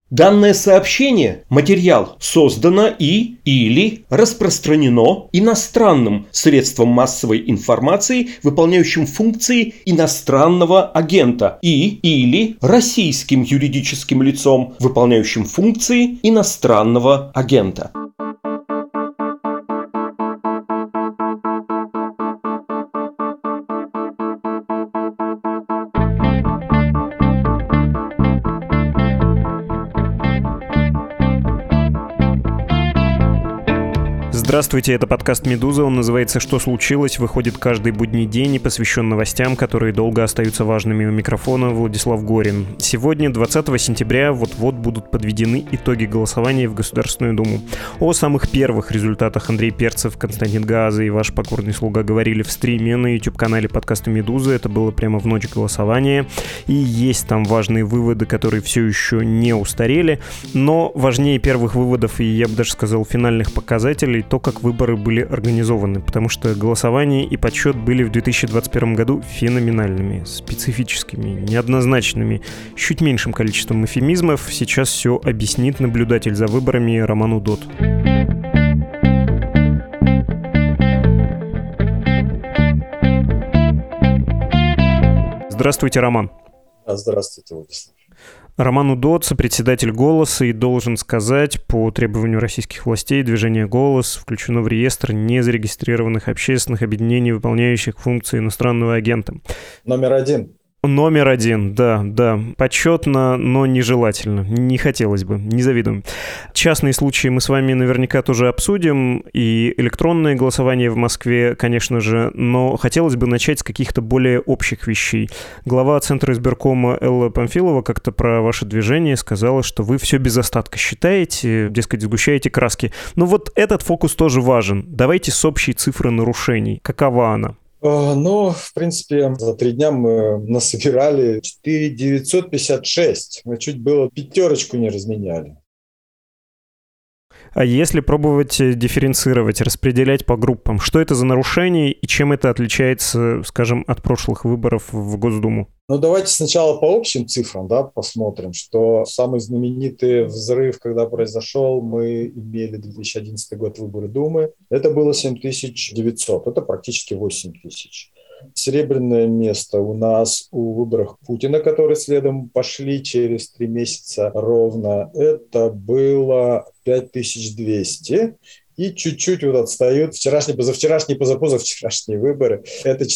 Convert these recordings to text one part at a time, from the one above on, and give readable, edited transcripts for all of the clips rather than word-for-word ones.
Данное сообщение, материал, создано или распространено иностранным средством массовой информации, выполняющим функции иностранного агента, или российским юридическим лицом, выполняющим функции иностранного агента. Здравствуйте, это подкаст «Медуза», он называется «Что случилось?», выходит каждый будний день и посвящен новостям, которые долго остаются важными. У микрофона Владислав Горин. Сегодня, 20 сентября, вот-вот будут подведены итоги голосования в Государственную Думу. О самых первых результатах Андрей Перцев, Константин Гааза и ваш покорный слуга говорили в стриме на YouTube-канале подкаста «Медуза». Это было прямо в ночь голосования. И есть там важные выводы, которые все еще не устарели. Но важнее первых выводов и, я бы даже сказал, финальных показателей то, как выборы были организованы, потому что голосование и подсчет были в 2021 году феноменальными, специфическими, неоднозначными, с чуть меньшим количеством эвфемизмов. Сейчас все объяснит наблюдатель за выборами Роман Удод. Здравствуйте, Роман. Здравствуйте, Владислав. Роман Удод, сопредседатель «Голоса», и должен сказать, по требованию российских властей, движение «Голос» включено в реестр незарегистрированных общественных объединений, выполняющих функции иностранного агента. Номер один. Номер один, да. Почетно, но нежелательно. Не хотелось бы, не завидуем. Частные случаи мы с вами наверняка тоже обсудим. И электронное голосование в Москве, конечно же. Но хотелось бы начать с каких-то более общих вещей. Глава Центра избиркома Элла Памфилова как-то про ваше движение сказала, что вы все без остатка считаете, дескать, сгущаете краски. Но вот этот фокус тоже важен. Давайте с общей цифры нарушений. Какова она? Ну, в принципе, за 3 дня мы насобирали 4956. Мы чуть было 5 не разменяли. А если пробовать дифференцировать, распределять по группам, что это за нарушение и чем это отличается, скажем, от прошлых выборов в Госдуму? Ну, давайте сначала по общим цифрам, посмотрим, что самый знаменитый взрыв, когда произошел, мы имели 2011 год выборы Думы, это было 7900, это практически 8000. Серебряное место у нас у выборах Путина, которые следом пошли через 3 месяца ровно, это было 5200. И чуть-чуть отстают вчерашние, позавчерашние, позапозавчерашние выборы. Это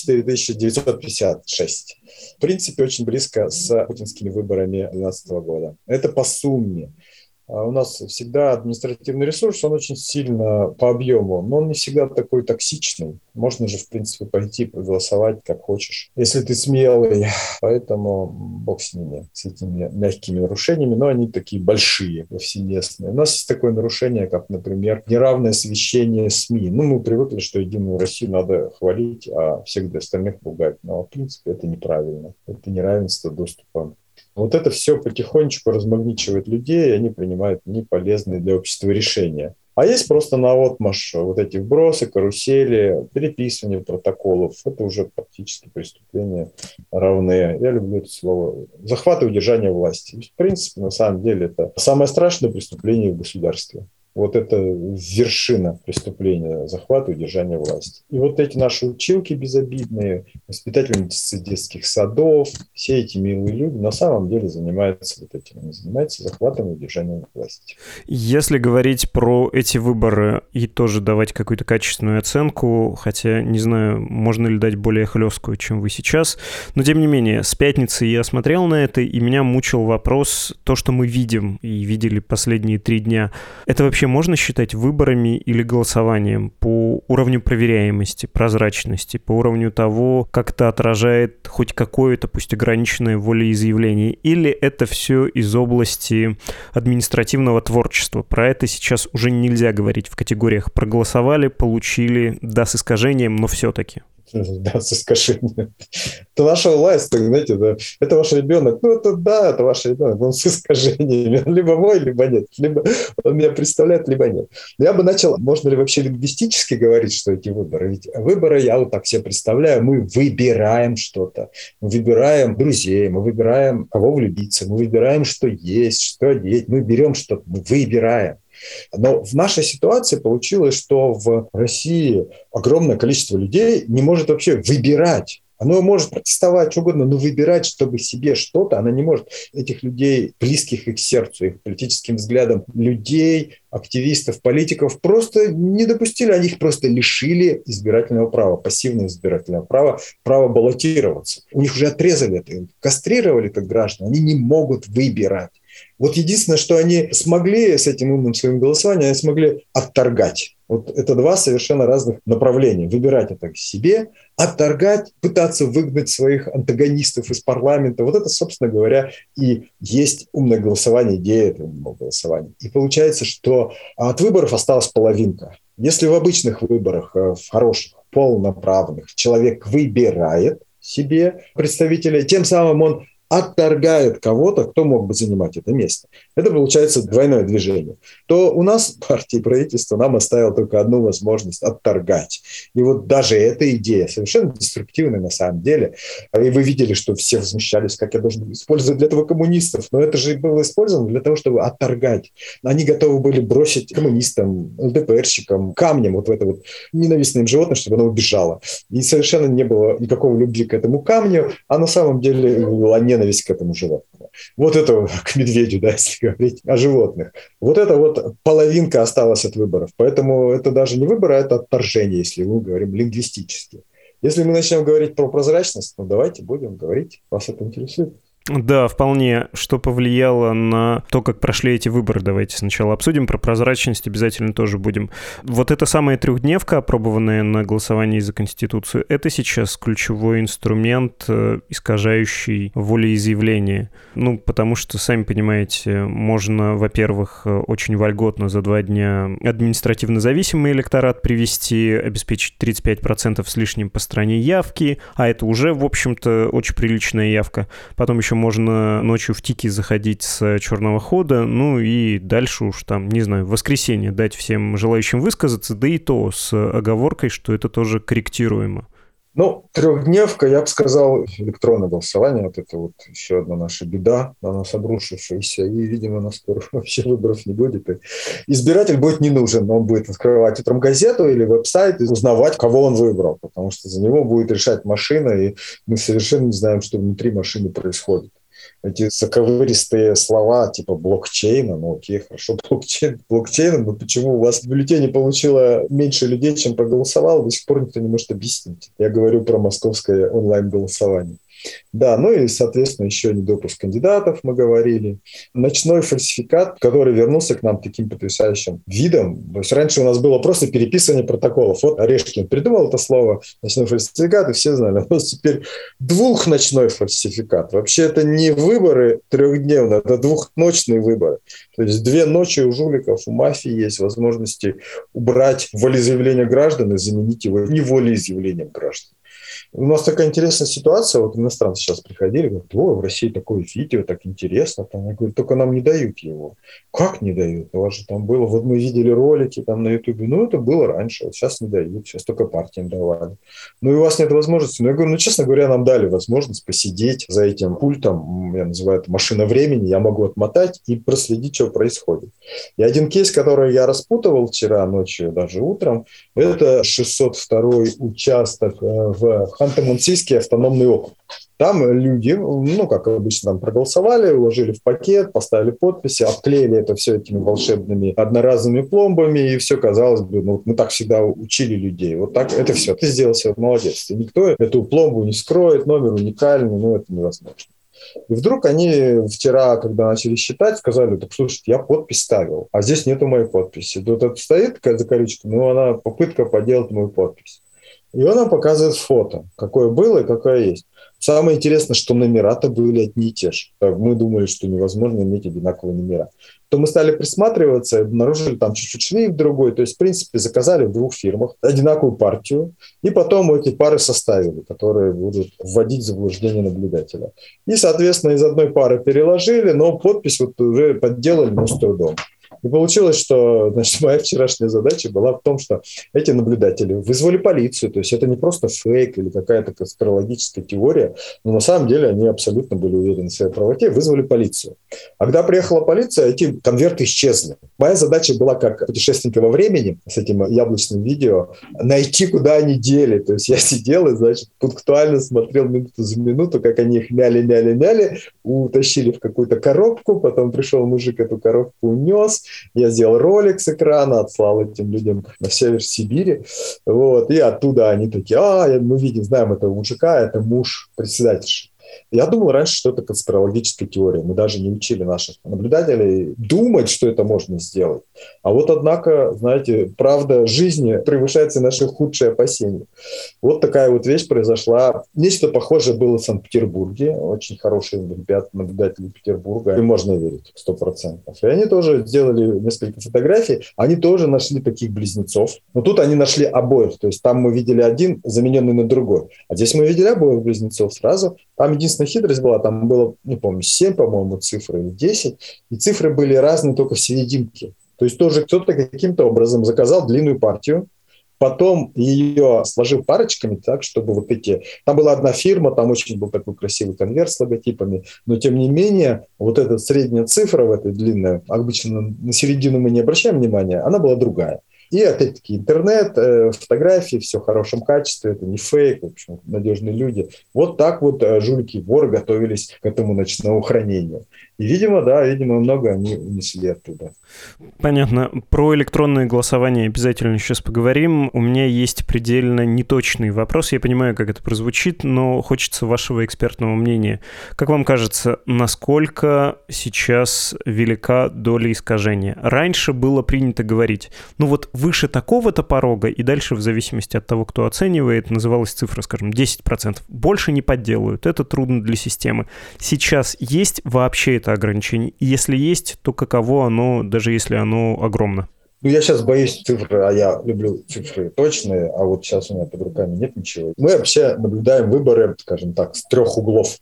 4956. В принципе, очень близко с путинскими выборами 2012 года. Это по сумме. У нас всегда административный ресурс, он очень сильно по объему, но он не всегда такой токсичный. Можно же, в принципе, пойти проголосовать как хочешь, если ты смелый. Поэтому бог с ними, с этими мягкими нарушениями, но они такие большие, повсеместные. У нас есть такое нарушение, как, например, неравное освещение СМИ. Мы привыкли, что Единую Россию надо хвалить, а всех остальных пугать. Но, в принципе, это неправильно. Это неравенство доступа. Вот это все потихонечку размагничивает людей, и они принимают неполезные для общества решения. А есть просто наотмашь вот эти вбросы, карусели, переписывание протоколов. Это уже практически преступления равные. Я люблю это слово. Захват и удержание власти. В принципе, на самом деле, это самое страшное преступление в государстве. Вот это вершина преступления, захват и удержание власти. И вот эти наши училки безобидные, воспитательницы детских садов, все эти милые люди на самом деле занимаются вот этим. Они занимаются захватом и удержанием власти. Если говорить про эти выборы и тоже давать какую-то качественную оценку, хотя не знаю, можно ли дать более хлесткую, чем вы сейчас, но тем не менее, с пятницы я смотрел на это, и меня мучил вопрос, то, что мы видим и видели последние 3 дня, это вообще можно считать выборами или голосованием по уровню проверяемости, прозрачности, по уровню того, как это отражает хоть какое-то, пусть ограниченное волеизъявление, или это все из области административного творчества? Про это сейчас уже нельзя говорить в категориях проголосовали, получили, да, с искажением, но все-таки. Да, с искажением. Это наша власть, так, знаете, да, это ваш ребенок. Ну, это да, это ваш ребенок, он с искажениями. Он либо мой, либо нет. Либо он меня представляет, либо нет. Но я бы начал, можно ли вообще лингвистически говорить, что эти выборы? Ведь выборы, я вот так себе представляю, мы выбираем что-то. Мы выбираем друзей, мы выбираем, кого влюбиться, мы выбираем, что есть, что одеть. Мы берем что-то, мы выбираем. Но в нашей ситуации получилось, что в России огромное количество людей не может вообще выбирать. Оно может протестовать что угодно, но выбирать, чтобы себе что-то, она не может. Этих людей, близких их сердцу, их политическим взглядам, людей, активистов, политиков просто не допустили, они их просто лишили избирательного права, пассивного избирательного права, права баллотироваться. У них уже отрезали это, кастрировали как граждан, они не могут выбирать. Вот единственное, что они смогли с этим умным своим голосованием, они смогли отторгать. Вот это два совершенно разных направления. Выбирать это себе, отторгать, пытаться выгнать своих антагонистов из парламента. Вот это, собственно говоря, и есть умное голосование, идея этого умного голосования. И получается, что от выборов осталась половинка. Если в обычных выборах, в хороших, полноправных, человек выбирает себе представителя, тем самым он отторгает кого-то, кто мог бы занимать это место. Это получается двойное движение. То у нас партия и правительство нам оставило только одну возможность – отторгать. И вот даже эта идея совершенно деструктивная на самом деле. И вы видели, что все возмущались, как я должен использовать для этого коммунистов. Но это же было использовано для того, чтобы отторгать. Они готовы были бросить коммунистам, ЛДПРщикам, камнем вот в это вот ненавистное им животное, чтобы оно убежало. И совершенно не было никакой любви к этому камню, а на самом деле была ненависть к этому животному. Вот это к медведю, да, если говорить о животных. Вот это вот половинка осталась от выборов. Поэтому это даже не выборы, а это отторжение, если мы говорим лингвистически. Если мы начнем говорить про прозрачность, ну давайте будем говорить. Вас это интересует? Да, вполне. Что повлияло на то, как прошли эти выборы, давайте сначала обсудим. Про прозрачность обязательно тоже будем. Вот эта самая трехдневка, опробованная на голосовании за Конституцию, это сейчас ключевой инструмент, искажающий волеизъявление. Ну, потому что, сами понимаете, можно, во-первых, очень вольготно за 2 дня административно зависимый электорат привести, обеспечить 35% с лишним по стране явки, а это уже, в общем-то, очень приличная явка. Потом еще можно ночью в тики заходить с черного хода, ну и дальше уж там, не знаю, в воскресенье дать всем желающим высказаться, да и то с оговоркой, что это тоже корректируемо. Ну, трехдневка, я бы сказал, электронное голосование, вот это вот еще одна наша беда на нас обрушившаяся, и, видимо, на скоро вообще выборов не будет. И избиратель будет не нужен, он будет открывать утром газету или веб-сайт и узнавать, кого он выбрал, потому что за него будет решать машина, и мы совершенно не знаем, что внутри машины происходит. Эти заковыристые слова типа блокчейна, ну окей, хорошо, блокчейн, но почему у вас в бюллетене получило меньше людей, чем проголосовало, до сих пор никто не может объяснить. Я говорю про московское онлайн-голосование. Да, ну и, соответственно, еще недопуск кандидатов, мы говорили. Ночной фальсификат, который вернулся к нам таким потрясающим видом. То есть раньше у нас было просто переписывание протоколов. Вот Орешкин придумал это слово, ночной фальсификат, и все знали. У нас теперь двухночной фальсификат. Вообще это не выборы трехдневные, это двухночные выборы. То есть 2 ночи у жуликов, у мафии есть возможности убрать волеизъявление граждан и заменить его неволеизъявлением граждан. У нас такая интересная ситуация, вот иностранцы сейчас приходили, говорят, в России такое видео, так интересно, там, я говорю, только нам не дают его. Как не дают? У вас же там было, вот мы видели ролики там на Ютубе, ну это было раньше, вот сейчас не дают, сейчас только партиям давали. Ну и у вас нет возможности. Ну я говорю, ну честно говоря, нам дали возможность посидеть за этим пультом, я называю это машина времени, я могу отмотать и проследить, что происходит. И один кейс, который я распутывал вчера ночью, даже утром, это 602-й участок в Ханты-Мансийский автономный округ. Там люди, ну, как обычно, там проголосовали, уложили в пакет, поставили подписи, обклеили это все этими волшебными одноразовыми пломбами, и все, казалось бы, ну, мы так всегда учили людей. Вот так, это все. Ты сделал все, молодец. И никто эту пломбу не скроет, номер уникальный, ну, это невозможно. И вдруг они вчера, когда начали считать, сказали, так слушайте, я подпись ставил, а здесь нету моей подписи. Тут это стоит за колючкой, ну, она попытка подделать мою подпись. И он нам показывает фото, какое было и какое есть. Самое интересное, что номера-то были одни и те же. Мы думали, что невозможно иметь одинаковые номера. То мы стали присматриваться и обнаружили там чуть-чуть шрифт другой. То есть, в принципе, заказали в 2 фирмах одинаковую партию. И потом эти пары составили, которые будут вводить в заблуждение наблюдателя. И, соответственно, из одной пары переложили, но подпись вот уже подделали, но с трудом. И получилось, что, значит, моя вчерашняя задача была в том, что эти наблюдатели вызвали полицию. То есть это не просто фейк или какая-то конспирологическая теория, но на самом деле они абсолютно были уверены в своей правоте, вызвали полицию. А когда приехала полиция, эти конверты исчезли. Моя задача была, как путешественника во времени, с этим яблочным видео, найти, куда они дели. То есть я сидел и, значит, пунктуально смотрел минуту за минуту, как они их мяли, утащили в какую-то коробку, потом пришел мужик, эту коробку унес. Я сделал ролик с экрана, отслал этим людям на север Сибири. Вот, и оттуда они такие, мы видим, знаем этого мужика, это муж председательши. Я думал раньше, что это конспирологическая теория. Мы даже не учили наших наблюдателей думать, что это можно сделать. А вот, однако, знаете, правда жизни превышает наши худшие опасения. Вот такая вот вещь произошла. Нечто похожее было в Санкт-Петербурге. Очень хорошие наблюдатели Петербурга. Им можно верить 100%. И они тоже сделали несколько фотографий. Они тоже нашли таких близнецов. Но тут они нашли обоих. То есть там мы видели один, замененный на другой. А здесь мы видели обоих близнецов сразу. Там единственная хитрость была, там было, не помню, 7, по-моему, цифр или 10, и цифры были разные только в серединке. То есть тоже кто-то каким-то образом заказал длинную партию, потом ее сложил парочками так, чтобы вот эти... Там была одна фирма, там очень был такой красивый конверт с логотипами, но тем не менее вот эта средняя цифра в этой длинной, обычно на середину мы не обращаем внимания, она была другая. И опять-таки интернет, фотографии, все в хорошем качестве, это не фейк, в общем, надежные люди. Вот так вот жулики и воры готовились к этому ночному хранению. И, видимо, много они унесли оттуда. Понятно. Про электронное голосование обязательно сейчас поговорим. У меня есть предельно неточный вопрос. Я понимаю, как это прозвучит, но хочется вашего экспертного мнения. Как вам кажется, насколько сейчас велика доля искажения? Раньше было принято говорить, выше такого-то порога, и дальше, в зависимости от того, кто оценивает, называлась цифра, скажем, 10%. Больше не подделают. Это трудно для системы. Сейчас есть вообще это ограничение? И если есть, то каково оно, даже если оно огромно? Я сейчас боюсь цифры, а я люблю цифры точные, а вот сейчас у меня под руками нет ничего. Мы вообще наблюдаем выборы, скажем так, с 3 углов.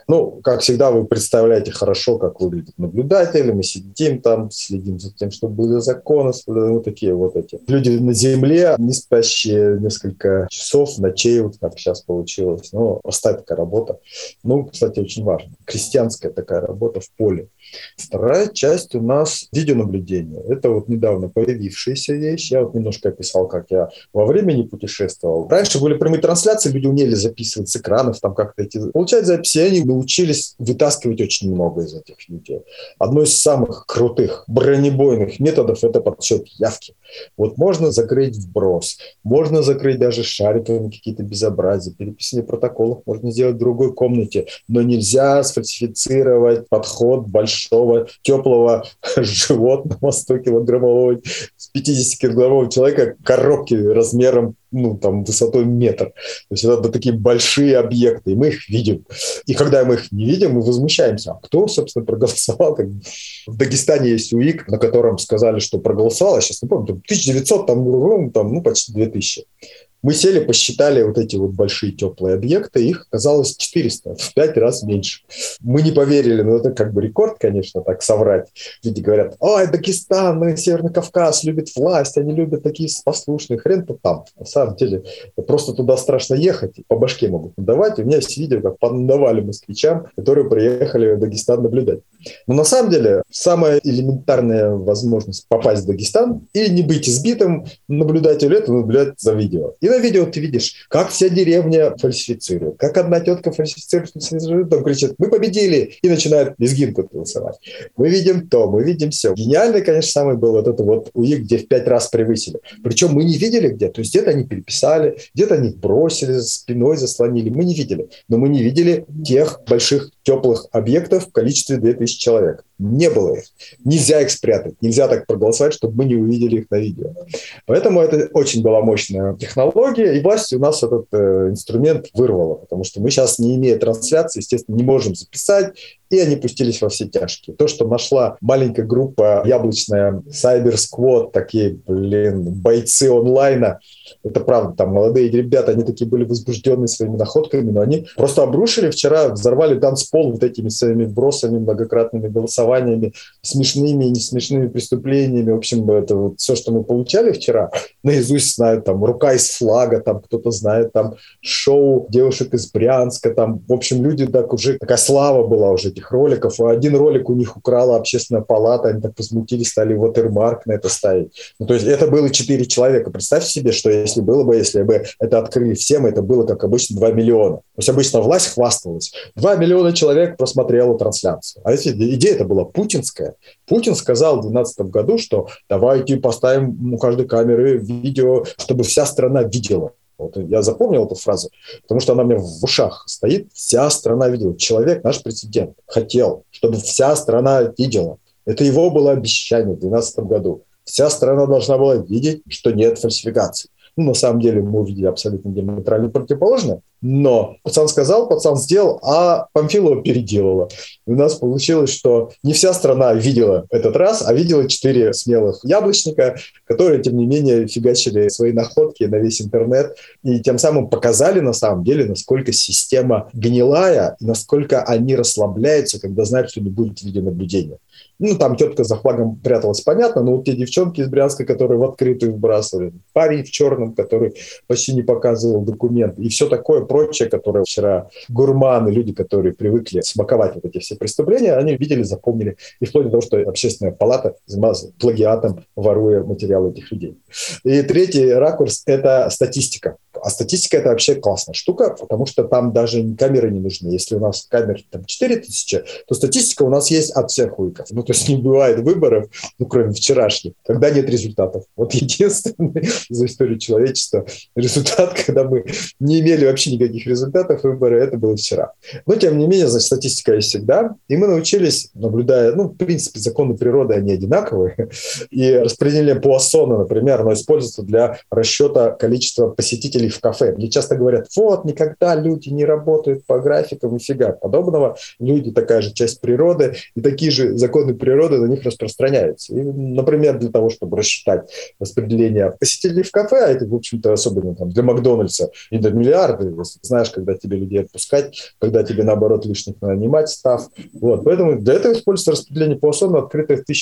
Как всегда, вы представляете хорошо, как выглядят наблюдатели. Мы сидим там, следим за тем, чтобы были законы, такие вот эти. Люди на земле, не спящие несколько часов, ночей, вот как сейчас получилось. Простая такая работа. Кстати, очень важно. Крестьянская такая работа в поле. Вторая часть у нас видеонаблюдение. Это вот недавно появившаяся вещь. Я вот немножко описал, как я во времени путешествовал. Раньше были прямые трансляции, люди умели записывать с экранов, там как-то получать записи, и они научились вытаскивать очень много из этих видео. Одно из самых крутых бронебойных методов – это подсчет явки. Вот можно закрыть вброс, можно закрыть даже шариками какие-то безобразия, переписывание протоколов можно сделать в другой комнате, но нельзя сфальсифицировать подход большого теплого животного 100-килограммового, с 50-килограммового человека коробки размером, высотой метр. То есть это такие большие объекты, и мы их видим. И когда мы их не видим, мы возмущаемся. А кто, собственно, проголосовал? В Дагестане есть УИК, на котором сказали, что проголосовало, сейчас не помню, 1900, почти 2000. Мы сели, посчитали вот эти вот большие теплые объекты, их оказалось 400, в 5 раз меньше. Мы не поверили, но это как бы рекорд, конечно, так соврать. Люди говорят, Дагестан, Северный Кавказ любит власть, они любят такие послушные, хрен-то там. На самом деле, просто туда страшно ехать, по башке могут надавать. У меня есть видео, как надавали москвичам, которые приехали в Дагестан наблюдать. Но на самом деле, самая элементарная возможность попасть в Дагестан и не быть избитым наблюдателю, это наблюдать за видео. И на видео ты видишь, как вся деревня фальсифицирует, как одна тетка фальсифицирует, там кричит, мы победили, и начинает лезгинку голосовать. Мы видим то, мы видим все. Гениальный, конечно, самый был вот это вот УИК, где в 5 раз превысили. Причем мы не видели где, то есть где-то они переписали, где-то они бросили, спиной заслонили, мы не видели. Но мы не видели тех больших теплых объектов в количестве 2000 человек. Не было их. Нельзя их спрятать. Нельзя так проголосовать, чтобы мы не увидели их на видео. Поэтому это очень была мощная технология, и власть у нас этот инструмент вырвала, потому что мы сейчас, не имея трансляции, естественно, не можем записать, и они пустились во все тяжкие. То, что нашла маленькая группа яблочная Cyber Squad, такие, бойцы онлайна, это правда, там молодые ребята, они такие были возбужденные своими находками, но они просто обрушили вчера, взорвали танцпол вот этими своими вбросами, многократными голосованиями, смешными и несмешными преступлениями. В общем, это вот все, что мы получали вчера, наизусть знают, там, «Рука из флага», там, кто-то знает, там, шоу девушек из Брянска, там, в общем, люди так уже, такая слава была уже этих роликов. Один ролик у них украла Общественная палата, они так возмутились, стали watermark на это ставить. Ну, то есть это было 4 человека. Представьте себе, что если бы это открыли всем, это было, как обычно, 2 миллиона. То есть обычно власть хвасталась. 2 миллиона человек просмотрело трансляцию. А если идея это была путинская. Путин сказал в 2012 году, что давайте поставим у каждой камеры видео, чтобы вся страна видела. Вот я запомнил эту фразу, потому что она у меня в ушах стоит. Вся страна видела. Человек, наш президент, хотел, чтобы вся страна видела. Это его было обещание в 2012 году. Вся страна должна была видеть, что нет фальсификаций. Ну, на самом деле мы увидели абсолютно диаметрально противоположное. Но пацан сказал, пацан сделал, а Памфилова переделала. И у нас получилось, что не вся страна видела этот раз, а видела 4 смелых яблочника, которые, тем не менее, фигачили свои находки на весь интернет. И тем самым показали, на самом деле, насколько система гнилая, и насколько они расслабляются, когда знают, что не будет видеонаблюдения. Ну, там тетка за флагом пряталась, понятно, но вот те девчонки из Брянска, которые в открытую вбрасывали, парень в черном, который почти не показывал документы, и все такое прочее, которое вчера гурманы, люди, которые привыкли смаковать вот эти все преступления, они видели, запомнили, и вплоть до того, что Общественная палата занималась плагиатом, воруя материалы этих людей. И третий ракурс – это статистика. А статистика – это вообще классная штука, потому что там даже камеры не нужны. Если у нас камер там 4000, то статистика у нас есть от всех уиков. Ну, то есть не бывает выборов, ну, кроме вчерашних, когда нет результатов. Вот единственный за историю человечества результат, когда мы не имели вообще никаких результатов выбора, это было вчера. Но, тем не менее, значит, статистика есть всегда. И мы научились, наблюдая, ну, в принципе, законы природы, они одинаковые. И распределение Пуассона, например, оно используется для расчета количества посетителей в кафе. Мне часто говорят, вот, никогда люди не работают по графикам, нифига подобного. Люди такая же часть природы, и такие же законы природы на них распространяются. И, например, для того, чтобы рассчитать распределение посетителей в кафе, а это, в общем-то, особенно там, для Макдональдса и до миллиарда, если знаешь, когда тебе людей отпускать, когда тебе, наоборот, лишних нанимать став. Вот. Поэтому для этого используется распределение Пуассона, открытое в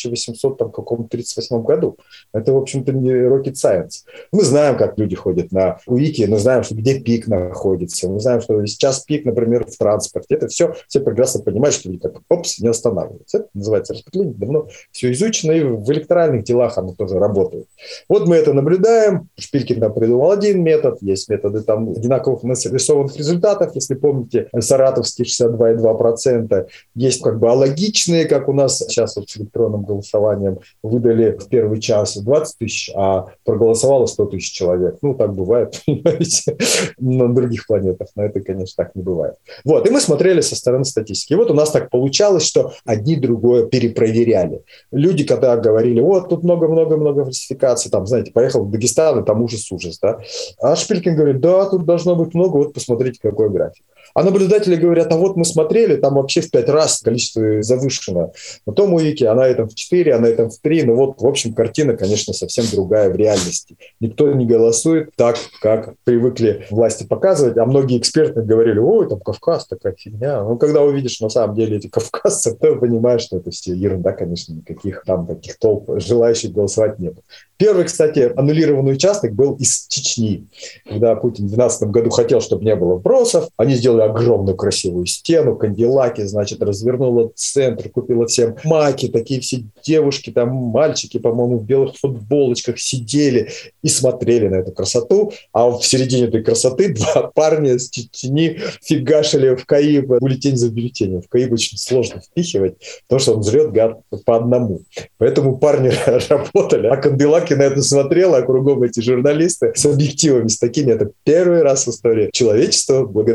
1838 году. Это, в общем-то, не rocket science. Мы знаем, как люди ходят на уики, мы знаем, что где пик находится, мы знаем, что сейчас пик, например, в транспорте. Это все прекрасно понимают, что люди как не останавливаются. Это называется распределение. Давно все изучено, и в электоральных делах оно тоже работает. Вот мы это наблюдаем. Шпилькин там придумал один метод, есть методы там одинаковых нарисованных результатов, если помните, саратовские 62,2%. Есть как бы алогичные, как у нас сейчас вот с электронным голосованием выдали в первый час 20 тысяч, а проголосовало 100 тысяч человек. Ну, так бывает, понимаете, на других планетах. Но это, конечно, так не бывает. Вот, и мы смотрели со стороны статистики. И вот у нас так получалось, что одни другое перепроверяли. Люди, когда говорили, вот, тут много-много-много фальсификаций, там, знаете, поехал в Дагестан, и там ужас-ужас, да. А Шпилькин говорит, да, тут должно быть много, вот посмотрите, какой график. А наблюдатели говорят, а вот мы смотрели, там вообще в 5 раз количество завышено. На том уике, а на этом в 4, а на этом в 3. Ну вот, в общем, картина, конечно, совсем другая в реальности. Никто не голосует так, как привыкли власти показывать. А многие эксперты говорили, ой, там Кавказ, такая фигня. Ну, когда увидишь на самом деле эти кавказцы, то понимаешь, что это все ерунда, конечно, никаких там таких толп желающих голосовать нет. Первый, кстати, аннулированный участок был из Чечни. Когда Путин в 2012 году хотел, чтобы не было вбросов, они сделали огромную красивую стену, кандилаки, значит, развернула центр, купила всем маки, такие все девушки, там мальчики, по-моему, в белых футболочках сидели и смотрели на эту красоту, а в середине этой красоты 2 парня с Чечни фигашили в КАИ бюллетень за бюллетенем. В КАИ очень сложно впихивать, потому что он жрет, гад, по одному. Поэтому парни работали, а Канделаки на это смотрел, а кругом эти журналисты с объективами, с такими. Это первый раз в истории человечества, благодаря видео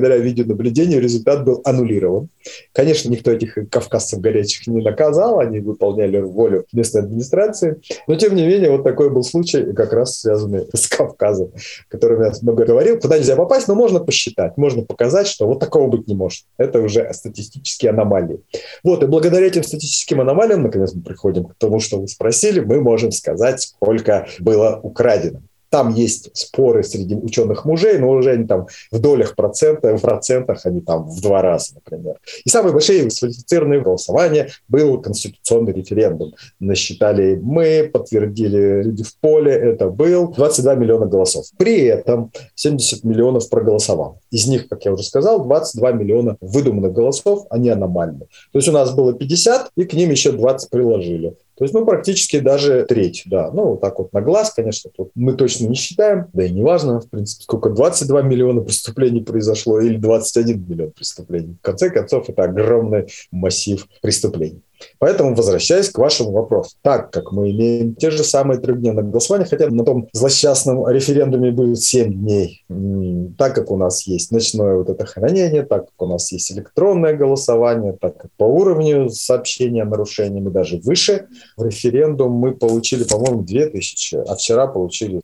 видеонаблюдению результат был аннулирован. Конечно, никто этих кавказцев горячих не наказал, они выполняли волю местной администрации. Но, тем не менее, вот такой был случай, как раз связанный с Кавказом, о котором я много говорил. Туда нельзя попасть, но можно посчитать, можно показать, что вот такого быть не может. Это уже статистические аномалии. Вот, и благодаря этим статистическим аномалиям, наконец, мы приходим к тому, что вы спросили, мы можем сказать, сколько было украдено. Там есть споры среди ученых-мужей, но уже они там в долях процента, в процентах они там в 2 раза, например. И самые большие сфальсифицированные голосования был конституционный референдум. Насчитали мы, подтвердили люди в поле, это был 22 миллиона голосов. При этом 70 миллионов проголосовало. Из них, как я уже сказал, 22 миллиона выдуманных голосов, они аномальные. То есть у нас было 50, и к ним еще 20 приложили. То есть, практически даже треть, да. Вот так вот на глаз, конечно, тут мы точно не считаем, да и не важно, в принципе, сколько 22 миллиона преступлений произошло или 21 миллион преступлений. В конце концов, это огромный массив преступлений. Поэтому, возвращаясь к вашему вопросу, так как мы имеем те же самые 3-дневные голосования, хотя на том злосчастном референдуме будет 7 дней, так как у нас есть ночное вот это хранение, так как у нас есть электронное голосование, так как по уровню сообщения о нарушении мы даже выше, в референдум мы получили, по-моему, 2000, а вчера получили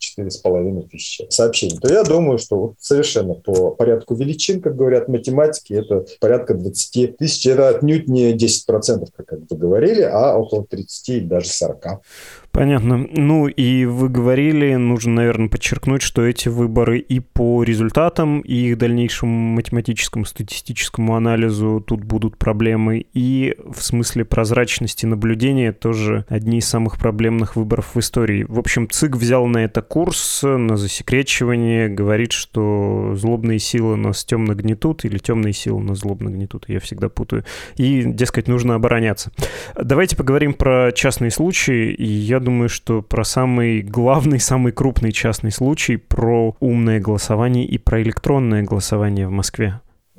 4500 сообщений. То я думаю, что совершенно по порядку величин, как говорят математики, это порядка 20 тысяч, это отнюдь не 10%, как вы говорили, а около 30 или даже 40. Понятно. И вы говорили, нужно, наверное, подчеркнуть, что эти выборы и по результатам, и их дальнейшему математическому, статистическому анализу тут будут проблемы, и в смысле прозрачности наблюдения тоже одни из самых проблемных выборов в истории. В общем, ЦИК взял на это курс, на засекречивание, говорит, что злобные силы нас темно гнетут, или темные силы нас злобно гнетут, я всегда путаю, и, дескать, нужно обороняться. Давайте поговорим про частные случаи, и я думаю, что про самый главный, самый крупный частный случай, про умное голосование и про электронное голосование в Москве.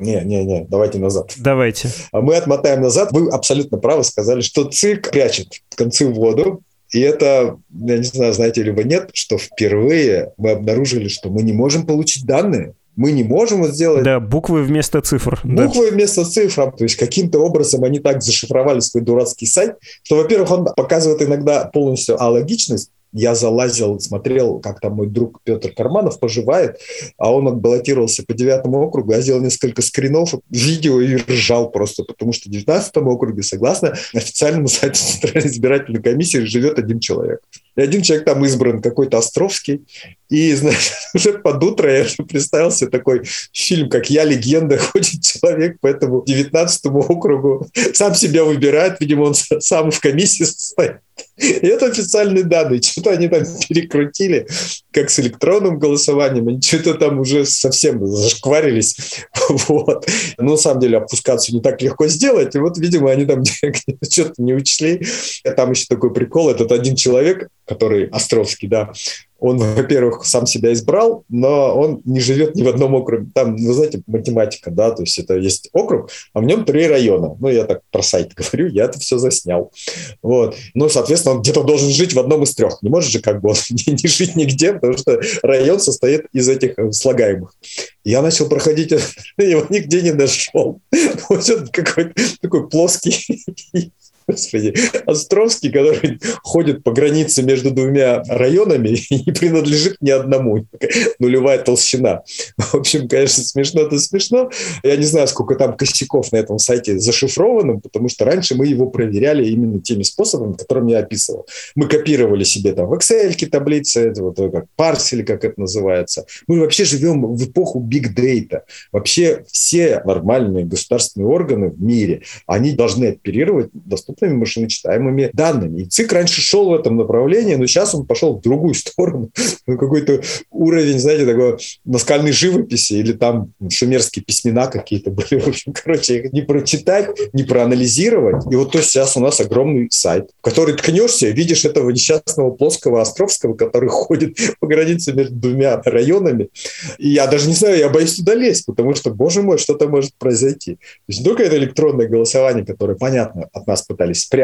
Не, давайте назад. Давайте. Мы отмотаем назад. Вы абсолютно правы сказали, что ЦИК прячет концы в воду. И это, я не знаю, знаете ли вы, нет, что впервые мы обнаружили, что мы не можем получить данные. Мы не можем сделать... Да, буквы вместо цифр. Буквы вместо цифр. То есть каким-то образом они так зашифровали свой дурацкий сайт, что, во-первых, он показывает иногда полностью алогичность. Я залазил, смотрел, как там мой друг Петр Карманов поживает, а он баллотировался по 9-му округу, я сделал несколько скринов, видео и ржал просто, потому что в 19-м округе, согласно официальному сайту Центральной избирательной комиссии, живет 1 человек. И 1 человек там избран, какой-то Островский. И, знаешь, уже под утро я представил себе такой фильм, как «Я легенда», ходит человек по этому 19-му округу, сам себя выбирает, видимо, он сам в комиссии состоит. И это официальные данные. Что-то они там перекрутили, как с электронным голосованием. Они что-то там уже совсем зашкварились. Вот. Но на самом деле обфускацию не так легко сделать. И вот, видимо, они там что-то не учли. А там еще такой прикол. Этот 1 человек, который Островский, да, он, во-первых, сам себя избрал, но он не живет ни в одном округе. Там, вы знаете, математика, да, то есть это есть округ, а в нем 3 района. Я так про сайт говорю, я это все заснял. Вот. Соответственно, он где-то должен жить в одном из 3. Не может же как бы он не жить нигде, потому что район состоит из этих слагаемых. Я начал проходить, его нигде не нашел. Вот он какой-то такой плоский... Господи, Островский, который ходит по границе между 2 районами и не принадлежит ни одному. Нулевая толщина. В общем, конечно, смешно-то смешно. Я не знаю, сколько там косяков на этом сайте зашифрованным, потому что раньше мы его проверяли именно теми способами, которыми я описывал. Мы копировали себе там в Excel таблицы, вот как парсили, как это называется. Мы вообще живем в эпоху Big Data. Вообще все нормальные государственные органы в мире, они должны оперировать доступными машиночитаемыми данными. И ЦИК раньше шел в этом направлении, но сейчас он пошел в другую сторону. Какой-то уровень, знаете, такой наскальной живописи или там шумерские письмена какие-то были. В общем, их не прочитать, не проанализировать. И вот то сейчас у нас огромный сайт, в который ткнешься, видишь этого несчастного плоского Островского, который ходит по границе между 2 районами. И я даже не знаю, я боюсь туда лезть, потому что, боже мой, что-то может произойти. То есть не только это электронное голосование, которое, понятно, от нас пытались спрятать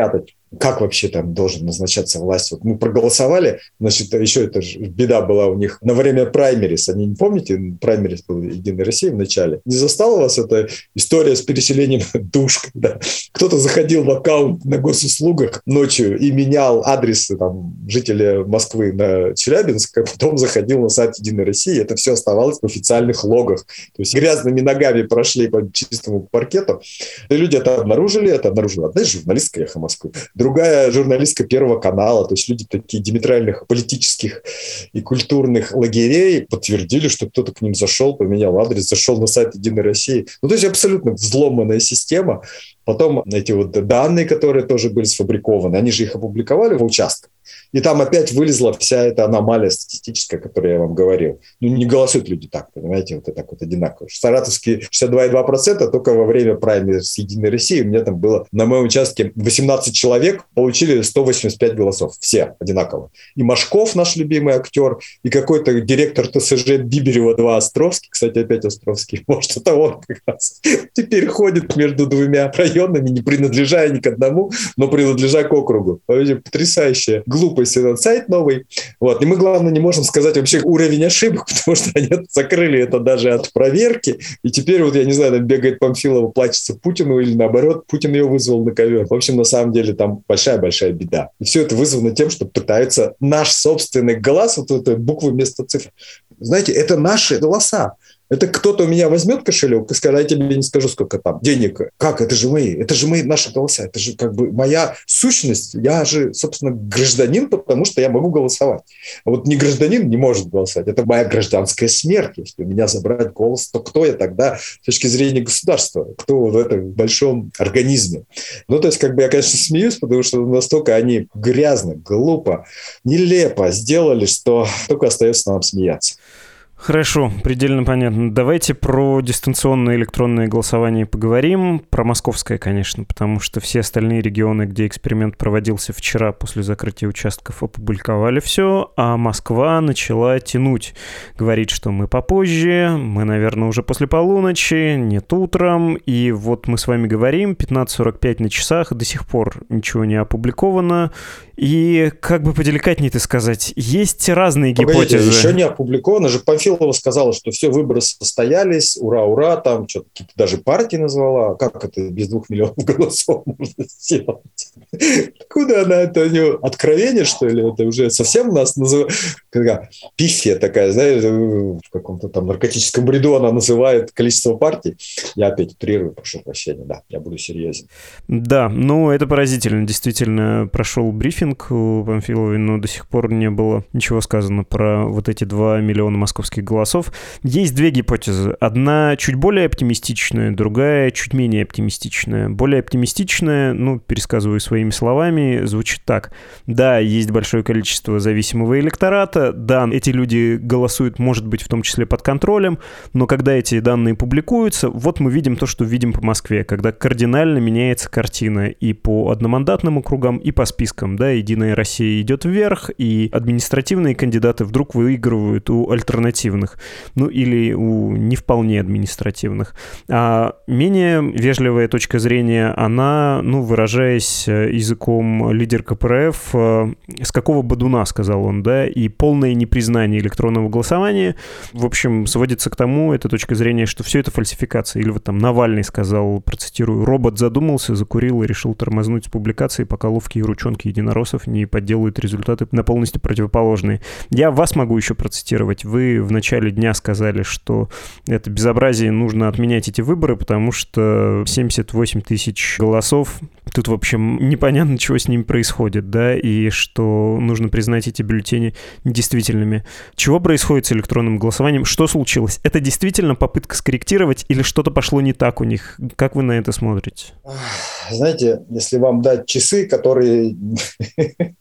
как вообще там должен назначаться власть. Вот мы проголосовали, значит, еще это же беда была у них на время праймерис. Они, не помните, праймерис был Единой России в начале? Не застала вас эта история с переселением душ, когда кто-то заходил в аккаунт на госуслугах ночью и менял адресы там, жителя Москвы на Челябинск, а потом заходил на сайт Единой России, это все оставалось в официальных логах. То есть грязными ногами прошли по чистому паркету. И люди это обнаружила одна журналистка «Эхо Москвы», другая журналистка Первого канала, то есть люди такие диаметральных политических и культурных лагерей подтвердили, что кто-то к ним зашел, поменял адрес, зашел на сайт Единой России. Ну, то есть абсолютно взломанная система. Потом эти вот данные, которые тоже были сфабрикованы, они же их опубликовали в участках. И там опять вылезла вся эта аномалия статистическая, о которой я вам говорил. Ну, не голосуют люди так, понимаете, вот так вот одинаково. Саратовские 62,2% только во время праймерис с Единой России. У меня там было на моем участке 18 человек, получили 185 голосов. Все одинаково. И Машков, наш любимый актер, и какой-то директор ТСЖ Биберева 2 Островский. Кстати, опять Островский. Может, это он как раз теперь ходит между двумя районами, не принадлежа ни к одному, но принадлежа к округу. Потрясающая глупость, этот сайт новый. Вот. И мы, главное, не можем сказать вообще уровень ошибок, потому что они закрыли это даже от проверки. И теперь, вот я не знаю, там бегает Памфилова, плачется Путину, или наоборот, Путин ее вызвал на ковер. В общем, на самом деле, там большая-большая беда. И все это вызвано тем, что пытаются наш собственный голос, вот это буквы вместо цифр. Знаете, это наши голоса. Это кто-то у меня возьмет кошелек и скажет, я тебе не скажу, сколько там денег. Как? Это же мои наши голоса. Это же как бы моя сущность. Я же, собственно, гражданин, потому что я могу голосовать. А вот не гражданин не может голосовать. Это моя гражданская смерть. Если у меня забрать голос, то кто я тогда с точки зрения государства? Кто в этом большом организме? Ну, то есть, как бы я, конечно, смеюсь, потому что настолько они грязно, глупо, нелепо сделали, что только остается нам смеяться. Хорошо, предельно понятно. Давайте про дистанционное электронное голосование поговорим. Про московское, конечно, потому что все остальные регионы, где эксперимент проводился вчера после закрытия участков, опубликовали все, а Москва начала тянуть. Говорит, что мы попозже, мы, наверное, уже после полуночи, нет утром. И вот мы с вами говорим, 15:45 на часах, до сих пор ничего не опубликовано. И как бы поделикатнее-то сказать, есть разные гипотезы. Еще не опубликовано же. Памфилова сказала, что все, выборы состоялись, ура, там что-то какие-то даже партии назвала. Как это без 2 миллионов голосов можно сделать? Откуда она это? У нее откровение, что ли? Это уже совсем нас называет. Пифия такая, знаешь, в каком-то там наркотическом бреду она называет количество партий. Я опять утрирую, прошу прощения, да, я буду серьезен. Да, ну это поразительно. Действительно, прошел брифинг у Памфиловой, но до сих пор не было ничего сказано про вот эти 2 миллиона московских голосов. Есть две гипотезы. Одна чуть более оптимистичная, другая чуть менее оптимистичная. Более оптимистичная, пересказываю своими словами, звучит так. Да, есть большое количество зависимого электората, да, эти люди голосуют, может быть, в том числе под контролем, но когда эти данные публикуются, вот мы видим то, что видим по Москве, когда кардинально меняется картина и по одномандатным округам, и по спискам, да, Единая Россия идет вверх, и административные кандидаты вдруг выигрывают у альтернативных, или у не вполне административных. А менее вежливая точка зрения, она, выражаясь языком лидер КПРФ, с какого бодуна, сказал он, да, и полное непризнание электронного голосования, в общем, сводится к тому, эта точка зрения, что все это фальсификация. Или вот там Навальный сказал, процитирую, робот задумался, закурил и решил тормознуть с публикацией, пока ловкие ручонки единороссов не подделают результаты на полностью противоположные. Я вас могу еще процитировать. Вы в начале дня сказали, что это безобразие, нужно отменять эти выборы, потому что 78 тысяч голосов, тут, в общем, непонятно, чего с ними происходит, да, и что нужно признать эти бюллетени недействительными. Чего происходит с электронным голосованием? Что случилось? Это действительно попытка скорректировать или что-то пошло не так у них? Как вы на это смотрите? Знаете, если вам дать часы, которые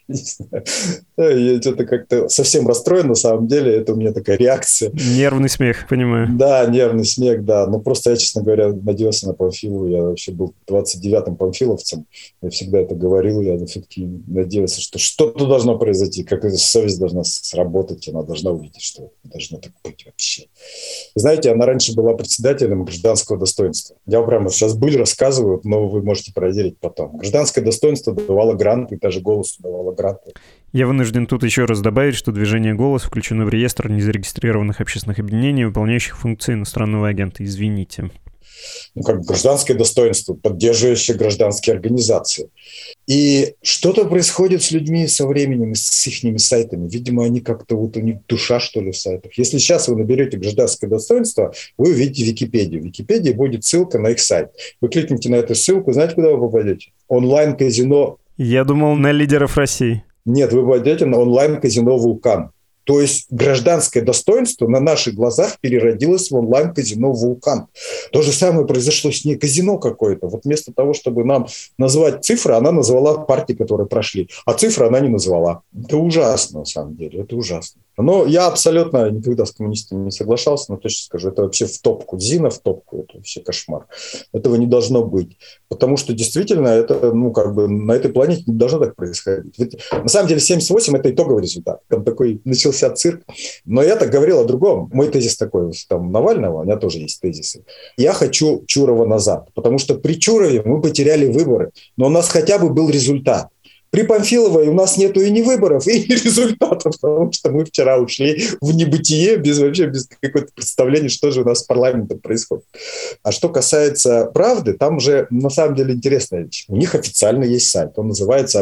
Не знаю. Я что-то как-то совсем расстроен, на самом деле. Это у меня такая реакция. Нервный смех, понимаю. Да, нервный смех, да. Ну, просто я, честно говоря, надеялся на Памфилу. Я вообще был 29-м памфиловцем. Я всегда это говорил. Я все-таки надеялся, что что-то должно произойти. Какая-то совесть должна сработать. Она должна увидеть, что должно так быть вообще. Знаете, она раньше была председателем гражданского достоинства. Я прямо сейчас рассказываю, но вы можете проверить потом. Гражданское достоинство давало гранты, даже «Голосу» давало гранты. Я вынужден тут еще раз добавить, что движение «Голос» включено в реестр незарегистрированных общественных объединений, выполняющих функции иностранного агента. Извините. Как гражданское достоинство, поддерживающее гражданские организации. И что-то происходит с людьми со временем, с их сайтами. Видимо, они как-то у них душа, что ли, в сайтах. Если сейчас вы наберете гражданское достоинство, вы увидите Википедию. В Википедии будет ссылка на их сайт. Вы кликните на эту ссылку, знаете, куда вы попадете? Онлайн-казино. Я думал, на лидеров России. Нет, вы попадете на онлайн-казино «Вулкан». То есть гражданское достоинство на наших глазах переродилось в онлайн-казино «Вулкан». То же самое произошло с ней, казино какое-то. Вот вместо того, чтобы нам назвать цифры, она назвала партии, которые прошли. А цифры она не назвала. Это ужасно, на самом деле. Это ужасно. Но я абсолютно никогда с коммунистами не соглашался, но точно скажу, это вообще в топку. Зина в топку. Это вообще кошмар. Этого не должно быть. Потому что действительно это, на этой планете не должно так происходить. Ведь, на самом деле 78 – это итоговый результат. Там такой начался цирк. Но я так говорил о другом. Мой тезис такой, там, Навального, у меня тоже есть тезисы. Я хочу Чурова назад, потому что при Чурове мы потеряли выборы, но у нас хотя бы был результат. При Памфиловой у нас нету и ни выборов, и ни результатов, потому что мы вчера ушли в небытие без какого-то представления, что же у нас с парламентом происходит. А что касается правды, там же на самом деле интересная вещь. У них официально есть сайт, он называется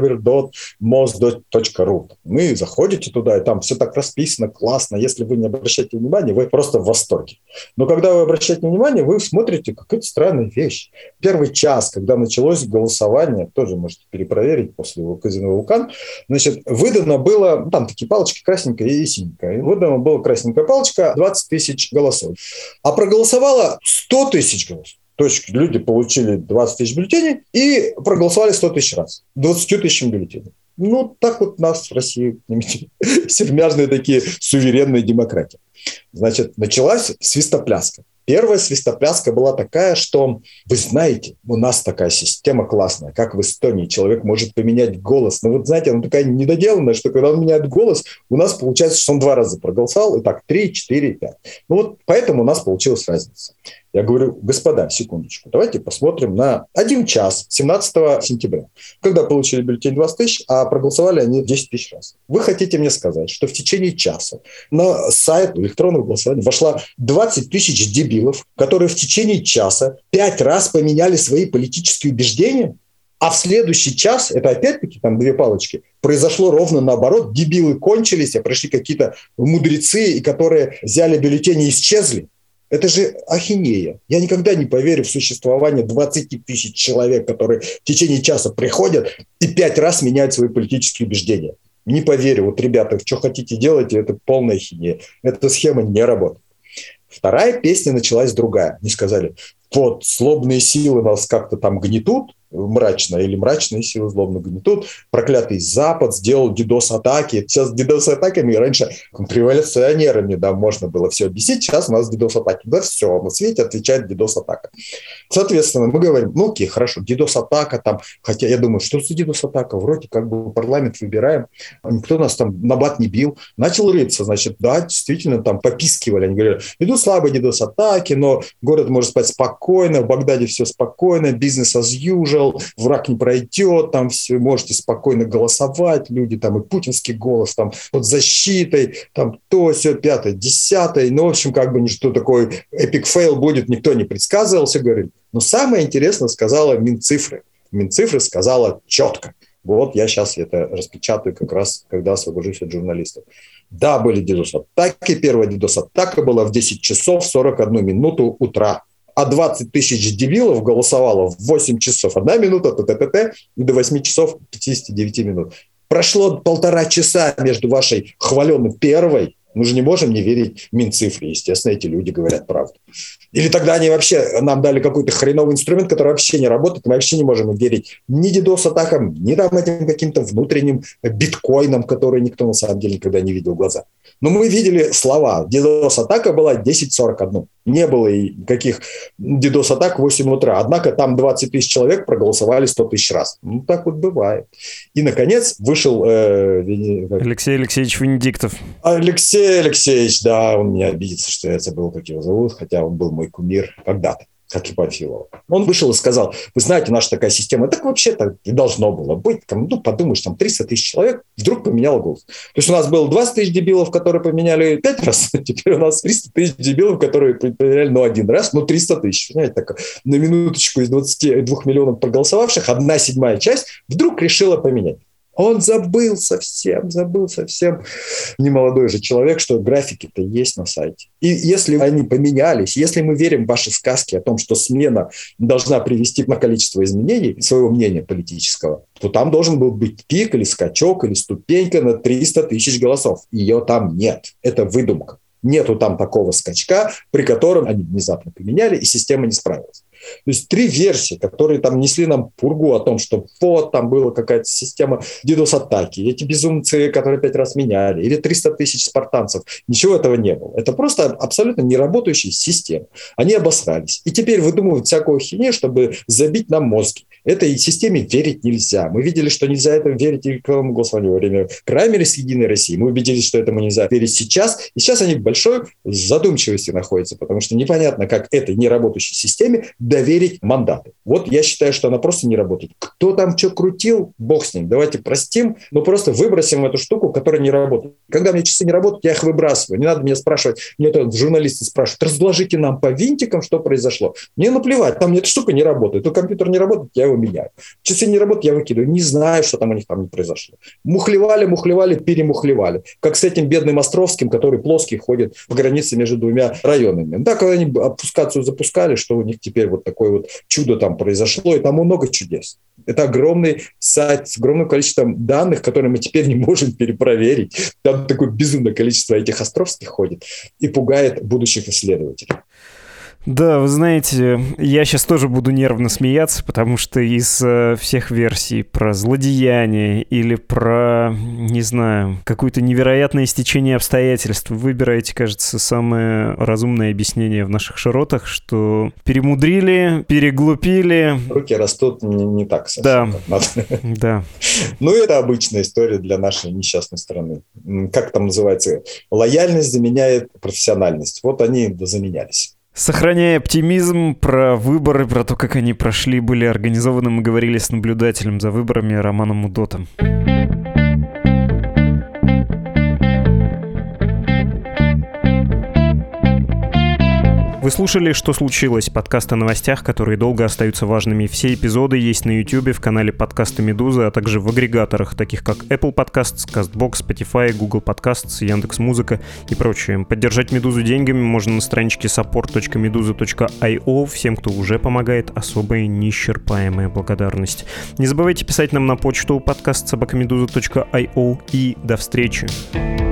observer.mos.ru. Вы заходите туда, и там все так расписано, классно. Если вы не обращаете внимания, вы просто в восторге. Но когда вы обращаете внимание, вы смотрите какую-то странную вещь. Первый час, когда началось голосование, тоже можете перепроверить, после казино «Вулкан», значит, выдано было, там такие палочки, красненькая и синенькая. Выдана была красненькая палочка, 20 тысяч голосов. А проголосовало 100 тысяч голосов. То есть люди получили 20 тысяч бюллетеней и проголосовали 100 тысяч раз. 20 тысячам бюллетеней. Так вот нас в России сермяжные такие суверенные демократии. Значит, началась свистопляска. Первая свистопляска была такая, что, вы знаете, у нас такая система классная, как в Эстонии. Человек может поменять голос. Но вот знаете, она такая недоделанная, что когда он меняет голос, у нас получается, что он 2 раза проголосовал, и так 3, 4, 5. Поэтому у нас получилась разница. Я говорю, господа, секундочку, давайте посмотрим на 1 час 17 сентября, когда получили бюллетень 20 тысяч, а проголосовали они 10 тысяч раз. Вы хотите мне сказать, что в течение часа на сайт электронного голосования вошла 20 тысяч дебилов, которые в течение часа 5 раз поменяли свои политические убеждения? А в следующий час, это опять-таки там 2 палочки, произошло ровно наоборот. Дебилы кончились, а пришли какие-то мудрецы, и которые взяли бюллетени и исчезли. Это же ахинея. Я никогда не поверю в существование 20 тысяч человек, которые в течение часа приходят и 5 раз меняют свои политические убеждения. Не поверю. Вот, ребята, что хотите делайте, это полная ахинея. Эта схема не работает. Вторая песня началась другая. Они сказали, вот, злобные силы нас как-то там гнетут, мрачно, или мрачные силы злобно гнетут. Проклятый Запад сделал DDoS-атаки. Сейчас с DDoS-атаками раньше революционерами, можно было все объяснить. Сейчас у нас DDoS-атаки. Да все, на свете отвечает DDoS-атака. Соответственно, мы говорим, окей, хорошо, DDoS-атака там. Хотя я думаю, что за DDoS-атака? Вроде как бы парламент выбираем. Никто нас там на бат не бил. Начал рыться, значит, да, действительно там попискивали. Они говорят, идут слабые DDoS-атаки, но город может спать спокойно, в Багдаде все спокойно, бизнес as usual. Враг не пройдет, там все, можете спокойно голосовать, люди там и путинский голос там под защитой, там то, все, 5, 10. В общем, как бы что такой эпик фейл будет, никто не предсказывал, все говорили. Но самое интересное сказала Минцифры. Минцифры сказала четко. Вот я сейчас это распечатаю как раз, когда освобожусь от журналистов. Да, были DDoS-атаки. Первая DDoS-атака была в 10 часов 41 минуту утра. А 20 тысяч дебилов голосовало в 8 часов 1 минута, и до 8 часов 59 минут. Прошло 1,5 часа между вашей хваленной первой Мы же не можем не верить Минцифре. Естественно, эти люди говорят правду. Или тогда они вообще нам дали какой-то хреновый инструмент, который вообще не работает, мы вообще не можем верить ни DDoS-атакам, ни там этим каким-то внутренним биткоинам, которые никто на самом деле никогда не видел в глаза. Но мы видели слова. DDoS-атака была 10:41. Не было никаких DDoS-атак в 8 утра. Однако там 20 тысяч человек проголосовали 100 тысяч раз. Ну, так вот бывает. И, наконец, вышел... Алексей Алексеевич Венедиктов. Алексей Алексеевич, да, он меня обидится, что я забыл, как его зовут, хотя он был мой кумир когда-то, как и Панфилов. Он вышел и сказал: вы знаете, наша такая система, так вообще-то и должно было быть. Там, подумаешь, там 300 тысяч человек вдруг поменяло голос. То есть у нас было 20 тысяч дебилов, которые поменяли 5 раз, теперь у нас 300 тысяч дебилов, которые поменяли, 1 раз, 300 тысяч. Знаете, так, на минуточку из 22 миллионов проголосовавших 1/7 часть вдруг решила поменять. Он забыл совсем. Немолодой же человек, что графики-то есть на сайте. И если они поменялись, если мы верим в ваши сказки о том, что смена должна привести на количество изменений своего мнения политического, то там должен был быть пик или скачок, или ступенька на 300 тысяч голосов. Ее там нет. Это выдумка. Нету там такого скачка, при котором они внезапно поменяли, и система не справилась. То есть 3 версии, которые там несли нам пургу о том, что вот там была какая-то система DDoS-атаки, эти безумцы, которые 5 раз меняли, или 300 тысяч спартанцев. Ничего этого не было. Это просто абсолютно неработающая система. Они обосрались. И теперь выдумывают всякую херню, чтобы забить нам мозги. Этой системе верить нельзя. Мы видели, что нельзя этому верить электронному голосованию во время праймериз Единой России. Мы убедились, что этому нельзя верить сейчас. И сейчас они в большой задумчивости находятся, потому что непонятно, как этой неработающей системе доверить мандаты. Вот я считаю, что она просто не работает. Кто там что крутил, бог с ним. Давайте простим, но просто выбросим эту штуку, которая не работает. Когда у меня часы не работают, я их выбрасываю. Не надо меня спрашивать. Мне это журналисты спрашивают: разложите нам по винтикам, что произошло. Мне наплевать, там эта штука не работает. То компьютер не работает, я его меняю. Часы не работают, я выкидываю. Не знаю, что там у них там не произошло. Мухлевали, перемухлевали. Как с этим бедным Островским, который плоский ходит по границе между 2 районами. Да, когда они опускацию запускали, что у них теперь вот такое вот чудо там произошло, и там много чудес. Это огромный сайт с огромным количеством данных, которые мы теперь не можем перепроверить. Там такое безумное количество этих Островских ходит и пугает будущих исследователей. Да, вы знаете, я сейчас тоже буду нервно смеяться, потому что из всех версий про злодеяние или про, не знаю, какое-то невероятное стечение обстоятельств выбираете, кажется, самое разумное объяснение в наших широтах, что перемудрили, переглупили. Руки растут не так совсем, как надо. Да. Ну, это обычная история для нашей несчастной страны. Как там называется? Лояльность заменяет профессиональность. Вот они дозаменялись. Сохраняя оптимизм, про выборы, про то, как они прошли, были организованы, мы говорили с наблюдателем за выборами Романом Удотом. Вы слушали «Что случилось?» Подкаст о новостях, которые долго остаются важными. Все эпизоды есть на YouTube, в канале подкаста «Медуза», а также в агрегаторах, таких как Apple Podcasts, CastBox, Spotify, Google Podcasts, Яндекс.Музыка и прочее. Поддержать «Медузу» деньгами можно на страничке support.meduza.io. Всем, кто уже помогает, особая неисчерпаемая благодарность. Не забывайте писать нам на почту podcast@meduza.io и до встречи.